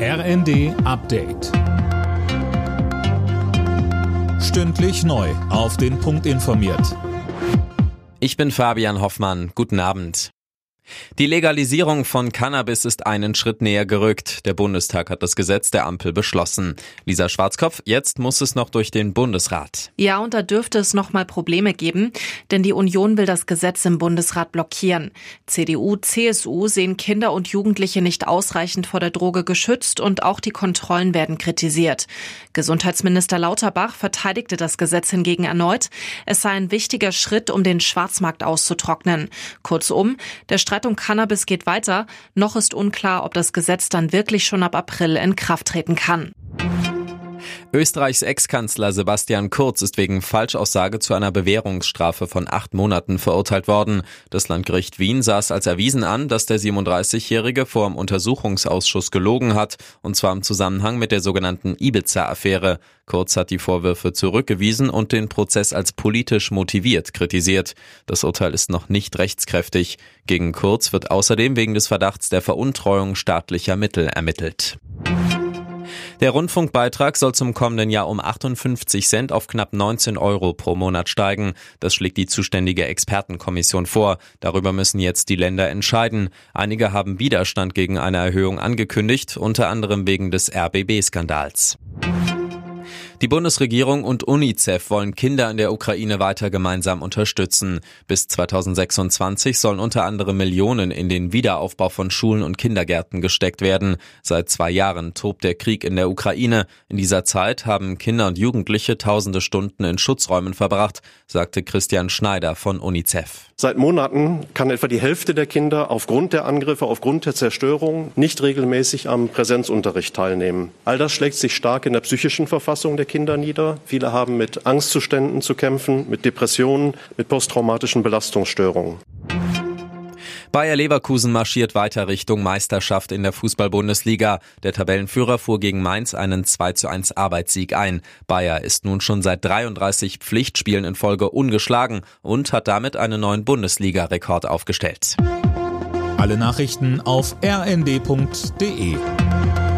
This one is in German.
RND Update. Stündlich neu auf den Punkt informiert. Ich bin Fabian Hoffmann. Guten Abend. Die Legalisierung von Cannabis ist einen Schritt näher gerückt. Der Bundestag hat das Gesetz der Ampel beschlossen. Lisa Schwarzkopf, jetzt muss es noch durch den Bundesrat. Ja, und da dürfte es noch mal Probleme geben, denn die Union will das Gesetz im Bundesrat blockieren. CDU, CSU sehen Kinder und Jugendliche nicht ausreichend vor der Droge geschützt und auch die Kontrollen werden kritisiert. Gesundheitsminister Lauterbach verteidigte das Gesetz hingegen erneut. Es sei ein wichtiger Schritt, um den Schwarzmarkt auszutrocknen. Kurzum, der Streit um Cannabis geht weiter. Noch ist unklar, ob das Gesetz dann wirklich schon ab April in Kraft treten kann. Österreichs Ex-Kanzler Sebastian Kurz ist wegen Falschaussage zu einer Bewährungsstrafe von 8 Monaten verurteilt worden. Das Landgericht Wien sah es als erwiesen an, dass der 37-Jährige vor dem Untersuchungsausschuss gelogen hat, und zwar im Zusammenhang mit der sogenannten Ibiza-Affäre. Kurz hat die Vorwürfe zurückgewiesen und den Prozess als politisch motiviert kritisiert. Das Urteil ist noch nicht rechtskräftig. Gegen Kurz wird außerdem wegen des Verdachts der Veruntreuung staatlicher Mittel ermittelt. Der Rundfunkbeitrag soll zum kommenden Jahr um 58 Cent auf knapp 19 Euro pro Monat steigen. Das schlägt die zuständige Expertenkommission vor. Darüber müssen jetzt die Länder entscheiden. Einige haben Widerstand gegen eine Erhöhung angekündigt, unter anderem wegen des RBB-Skandals. Die Bundesregierung und UNICEF wollen Kinder in der Ukraine weiter gemeinsam unterstützen. Bis 2026 sollen unter anderem Millionen in den Wiederaufbau von Schulen und Kindergärten gesteckt werden. Seit 2 Jahren tobt der Krieg in der Ukraine. In dieser Zeit haben Kinder und Jugendliche tausende Stunden in Schutzräumen verbracht, sagte Christian Schneider von UNICEF. Seit Monaten kann etwa die Hälfte der Kinder aufgrund der Angriffe, aufgrund der Zerstörung nicht regelmäßig am Präsenzunterricht teilnehmen. All das schlägt sich stark in der psychischen Verfassung der Kinder nieder. Viele haben mit Angstzuständen zu kämpfen, mit Depressionen, mit posttraumatischen Belastungsstörungen. Bayer Leverkusen marschiert weiter Richtung Meisterschaft in der Fußball-Bundesliga. Der Tabellenführer fuhr gegen Mainz einen 2:1 Arbeitssieg ein. Bayer ist nun schon seit 33 Pflichtspielen in Folge ungeschlagen und hat damit einen neuen Bundesliga-Rekord aufgestellt. Alle Nachrichten auf rnd.de.